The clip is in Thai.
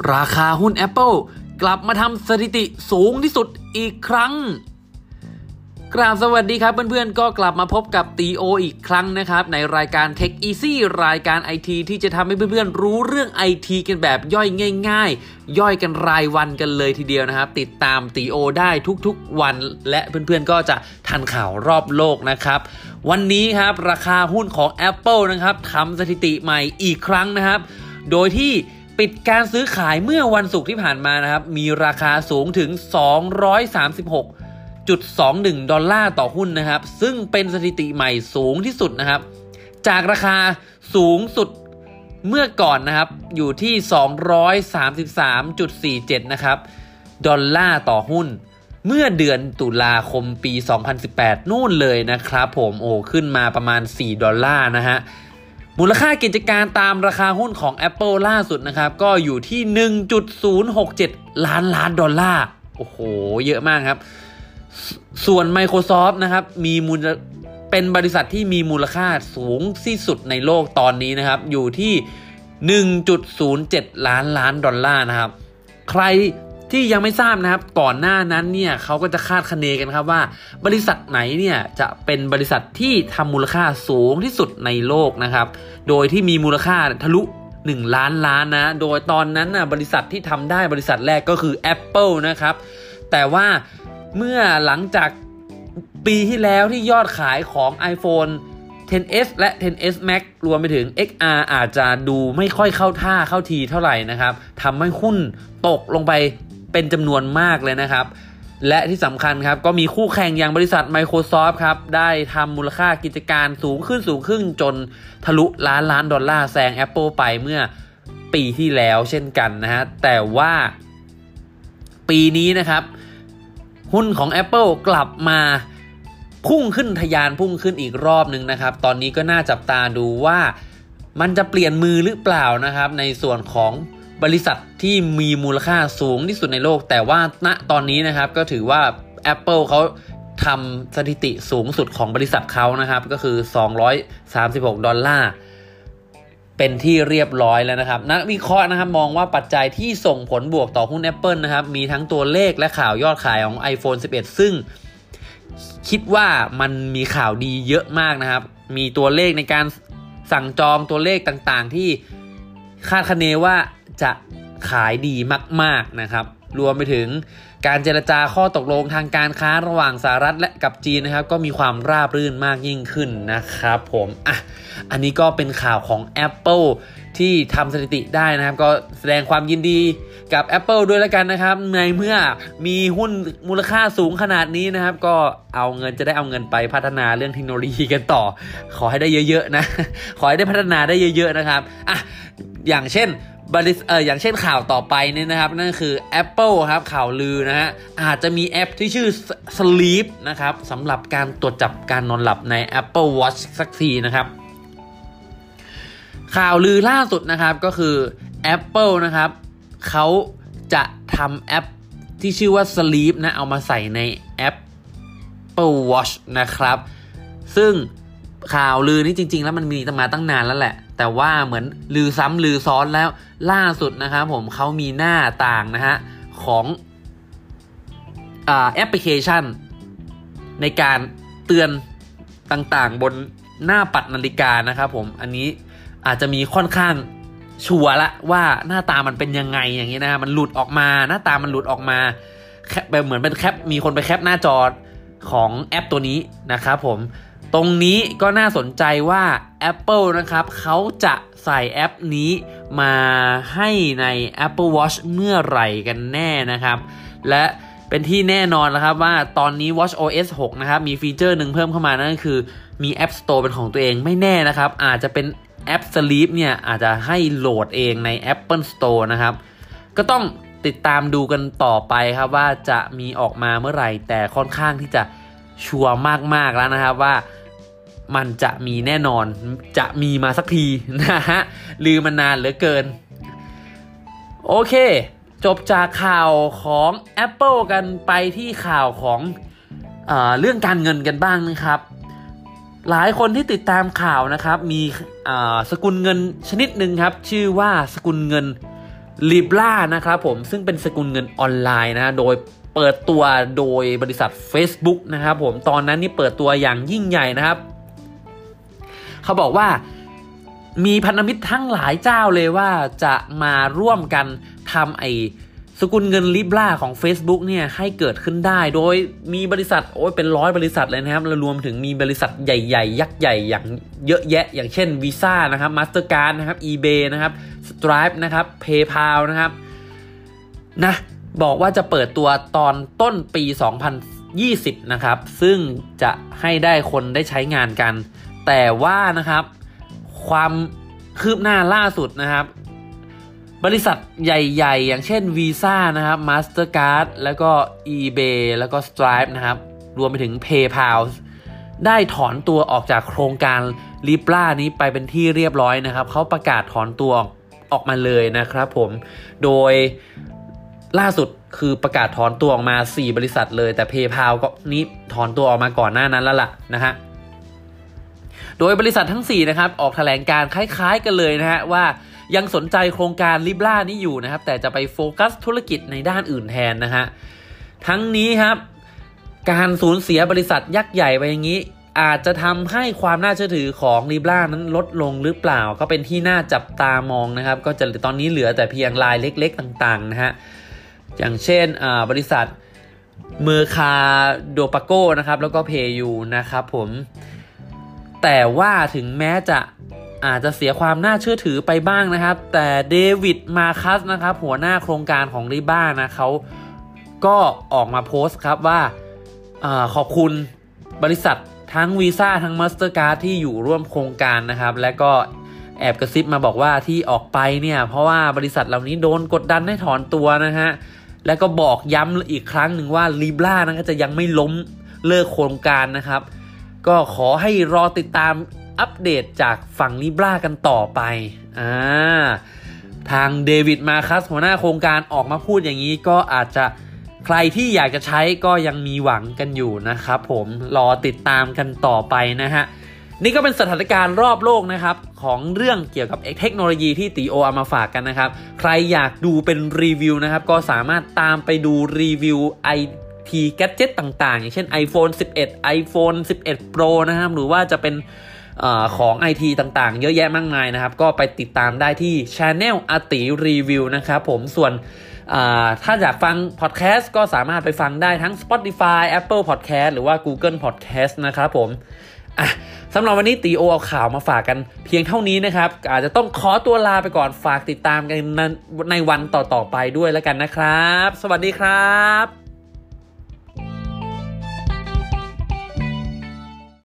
ราคาหุ้น Apple กลับมาทำสถิติสูงที่สุดอีกครั้งกราบสวัสดีครับเพื่อนๆก็กลับมาพบกับตีโออีกครั้งนะครับในรายการ Tech Easy รายการ IT ที่จะทำให้เพื่อนๆรู้เรื่อง IT กันแบบย่อยง่ายๆย่อยกันรายวันกันเลยทีเดียวนะครับติดตามตีโอได้ทุกๆวันและเพื่อนๆก็จะทันข่าวรอบโลกนะครับวันนี้ครับราคาหุ้นของ Apple นะครับทำสถิติใหม่อีกครั้งนะครับโดยที่ปิดการซื้อขายเมื่อวันศุกร์ที่ผ่านมานะครับมีราคาสูงถึง236.21 ดอลลาร์ต่อหุ้นนะครับซึ่งเป็นสถิติใหม่สูงที่สุดนะครับจากราคาสูงสุดเมื่อก่อนนะครับอยู่ที่233.47 นะครับดอลลาร์ต่อหุ้นเมื่อเดือนตุลาคมปี2018นู่นเลยนะครับผมขึ้นมาประมาณ4ดอลลาร์นะฮะมูลค่ากิจการตามราคาหุ้นของ Apple ล่าสุดนะครับก็อยู่ที่ 1.067 ล้านดอลลาร์โอ้โหเยอะมากครับส่วน Microsoft นะครับเป็นบริษัทที่มีมูลค่าสูงที่สุดในโลกตอนนี้นะครับอยู่ที่ 1.07 ล้านดอลลาร์นะครับใครที่ยังไม่ทราบนะครับก่อนหน้านั้นเนี่ยเขาก็จะคาดคะเนกันครับว่าบริษัทไหนเนี่ยจะเป็นบริษัทที่ทำมูลค่าสูงที่สุดในโลกนะครับโดยที่มีมูลค่าทะลุ1 ล้านนะโดยตอนนั้นนะบริษัทที่ทำได้บริษัทแรกก็คือ Apple นะครับแต่ว่าเมื่อหลังจากปีที่แล้วที่ยอดขายของ iPhone XS และ XS Max รวมไปถึง XR อาจจะดูไม่ค่อยเข้าท่าเข้าทีเท่าไหร่นะครับทำให้หุ้นตกลงไปเป็นจำนวนมากเลยนะครับและที่สำคัญครับก็มีคู่แข่งอย่างบริษัท Microsoft ครับได้ทำมูลค่ากิจการสูงขึ้นจนทะลุล้านดอลลาร์แซง Apple ไปเมื่อปีที่แล้วเช่นกันนะฮะแต่ว่าปีนี้นะครับหุ้นของ Apple กลับมาพุ่งขึ้นอีกรอบนึงนะครับตอนนี้ก็น่าจับตาดูว่ามันจะเปลี่ยนมือหรือเปล่านะครับในส่วนของบริษัทที่มีมูลค่าสูงที่สุดในโลกแต่ว่าณตอนนี้นะครับก็ถือว่า Apple เขาทำสถิติสูงสุดของบริษัทเขานะครับก็คือ236ดอลลาร์เป็นที่เรียบร้อยแล้วนะครับนักวิเคราะห์นะครับมองว่าปัจจัยที่ส่งผลบวกต่อหุ้น Apple นะครับมีทั้งตัวเลขและข่าวยอดขายของ iPhone 11 ซึ่งคิดว่ามันมีข่าวดีเยอะมากนะครับมีตัวเลขในการสั่งจองตัวเลขต่างๆที่คาดคะเนว่าจะขายดีมากๆนะครับรวมไปถึงการเจรจาข้อตกลงทางการค้าระหว่างสหรัฐและกับจีนนะครับก็มีความราบรื่นมากยิ่งขึ้นนะครับผมอันนี้ก็เป็นข่าวของ Apple ที่ทำสถิติได้นะครับก็แสดงความยินดีกับ Apple ด้วยแล้วกันนะครับในเมื่อมีหุ้นมูลค่าสูงขนาดนี้นะครับก็จะได้เอาเงินไปพัฒนาเรื่องเทคโนโลยีกันต่อขอให้ได้เยอะๆนะขอให้ได้พัฒนาได้เยอะๆนะครับอย่างเช่นข่าวต่อไปนี่นะครับนั่นคือ Apple ครับข่าวลือนะฮะอาจจะมีแอปที่ชื่อ Sleep นะครับสำหรับการตรวจจับการนอนหลับใน Apple Watch สักทีนะครับข่าวลือล่าสุดนะครับก็คือ Apple นะครับเขาจะทำแอปที่ชื่อว่า Sleep นะเอามาใส่ใน Apple Watch นะครับซึ่งข่าวลือนี้จริงๆแล้วมันมีมาตั้งนานแล้วแหละแต่ว่าเหมือนลือซ้ำลือซ้อนแล้วล่าสุดนะครับผมเขามีหน้าต่างนะฮะของแอปพลิเคชันในการเตือนต่างๆบนหน้าปัดนาฬิกานะครับผมอันนี้อาจจะมีค่อนข้างชัวร์ละว่าหน้าตามันเป็นยังไงอย่างนี้นะมันหลุดออกมาหน้าตามันหลุดออกมาแบบเหมือนเป็นมีคนไปแคปหน้าจอของแอปตัวนี้นะครับผมตรงนี้ก็น่าสนใจว่า Apple นะครับเขาจะใส่แอปนี้มาให้ใน Apple Watch เมื่อไหร่กันแน่นะครับและเป็นที่แน่นอนนะครับว่าตอนนี้ WatchOS 6 นะครับมีฟีเจอร์หนึ่งเพิ่มเข้ามานั่นก็คือมี App Store เป็นของตัวเองไม่แน่นะครับอาจจะเป็นแอป Sleep เนี่ยอาจจะให้โหลดเองใน Apple Store นะครับก็ต้องติดตามดูกันต่อไปครับว่าจะมีออกมาเมื่อไหร่แต่ค่อนข้างที่จะชัวร์มากๆแล้วนะครับว่ามันจะมีแน่นอนจะมีมาสักทีนะฮะลืมมานานเหลือเกินโอเคจบจากข่าวของ Apple กันไปที่ข่าวของเรื่องการเงินกันบ้างนะครับหลายคนที่ติดตามข่าวนะครับมีสกุลเงินชนิดหนึ่งครับชื่อว่าสกุลเงิน Libra นะครับผมซึ่งเป็นสกุลเงินออนไลน์นะโดยเปิดตัวโดยบริษัท Facebook นะครับผมตอนนั้นนี่เปิดตัวอย่างยิ่งใหญ่นะครับเขาบอกว่ามีพันธมิตรทั้งหลายเจ้าเลยว่าจะมาร่วมกันทำสกุลเงิน Libra ของ Facebook เนี่ยให้เกิดขึ้นได้โดยมีบริษัทเป็น100บริษัทเลยนะครับและรวมถึงมีบริษัทใหญ่ๆยักษ์ใหญ่อย่างเยอะแยะอย่างเช่น Visa นะครับ Mastercard นะครับ eBay นะครับ Stripe นะครับ PayPal นะครับบอกว่าจะเปิดตัวตอนต้นปี2020นะครับซึ่งจะให้ได้คนได้ใช้งานกันแต่ว่านะครับความคืบหน้าล่าสุดนะครับบริษัทใหญ่ๆอย่างเช่น Visa นะครับ Mastercard แล้วก็ eBay แล้วก็ Stripe นะครับรวมไปถึง PayPal ได้ถอนตัวออกจากโครงการ Libra นี้ไปเป็นที่เรียบร้อยนะครับเขาประกาศถอนตัวออกมาเลยนะครับผมโดยล่าสุดคือประกาศถอนตัวออกมา4บริษัทเลยแต่ PayPal ก็นี้ถอนตัวออกมาก่อนหน้านั้นแล้วล่ะนะฮะโดยบริษัททั้ง4นะครับออกแถลงการคล้ายๆกันเลยนะฮะว่ายังสนใจโครงการ Libra นี้อยู่นะครับแต่จะไปโฟกัสธุรกิจในด้านอื่นแทนนะฮะทั้งนี้ครับการสูญเสียบริษัทยักษ์ใหญ่ไปอย่างนี้อาจจะทำให้ความน่าเชื่อถือของ Libra นั้นลดลงหรือเปล่าก็เป็นที่น่าจับตามองนะครับก็จะตอนนี้เหลือแต่เพียงรายเล็กๆต่างๆนะฮะอย่างเช่นบริษัทเมอร์คาโดปาโกนะครับแล้วก็เพยูนะครับผมแต่ว่าถึงแม้จะอาจจะเสียความน่าเชื่อถือไปบ้างนะครับแต่เดวิดมาคัสนะครับหัวหน้าโครงการของ Libra นะเขาก็ออกมาโพสต์ครับว่าขอบคุณบริษัททั้ง Visa ทั้ง Mastercard ที่อยู่ร่วมโครงการนะครับและก็แอบกระซิบมาบอกว่าที่ออกไปเนี่ยเพราะว่าบริษัทเหล่านี้โดนกดดันให้ถอนตัวนะฮะแล้วก็บอกย้ำอีกครั้งหนึ่งว่า Libra นะก็จะยังไม่ล้มเลิกโครงการนะครับก็ขอให้รอติดตามอัปเดตจากฝั่ง Libra กันต่อไปทางเดวิดมาคัสหัวหน้าโครงการออกมาพูดอย่างนี้ก็อาจจะใครที่อยากจะใช้ก็ยังมีหวังกันอยู่นะครับผมรอติดตามกันต่อไปนะฮะนี่ก็เป็นสถานการณ์รอบโลกนะครับของเรื่องเกี่ยวกับเทคโนโลยีที่ติโอเอามาฝากกันนะครับใครอยากดูเป็นรีวิวนะครับก็สามารถตามไปดูรีวิวIT gadget ต่างๆอย่างเช่น iPhone 11 iPhone 11 Pro นะครับหรือว่าจะเป็นของ IT ต่างๆเยอะแยะมากมายนะครับก็ไปติดตามได้ที่ Channel อาติรีวิวนะครับผมส่วนถ้าอยากฟังพอดแคสต์ก็สามารถไปฟังได้ทั้ง Spotify Apple Podcast หรือว่า Google Podcast นะครับผมสำหรับวันนี้ตีโอเอาข่าวมาฝากกันเพียงเท่านี้นะครับอาจจะต้องขอตัวลาไปก่อนฝากติดตามกันในวันต่อๆไปด้วยแล้วกันนะครับสวัสดีครับ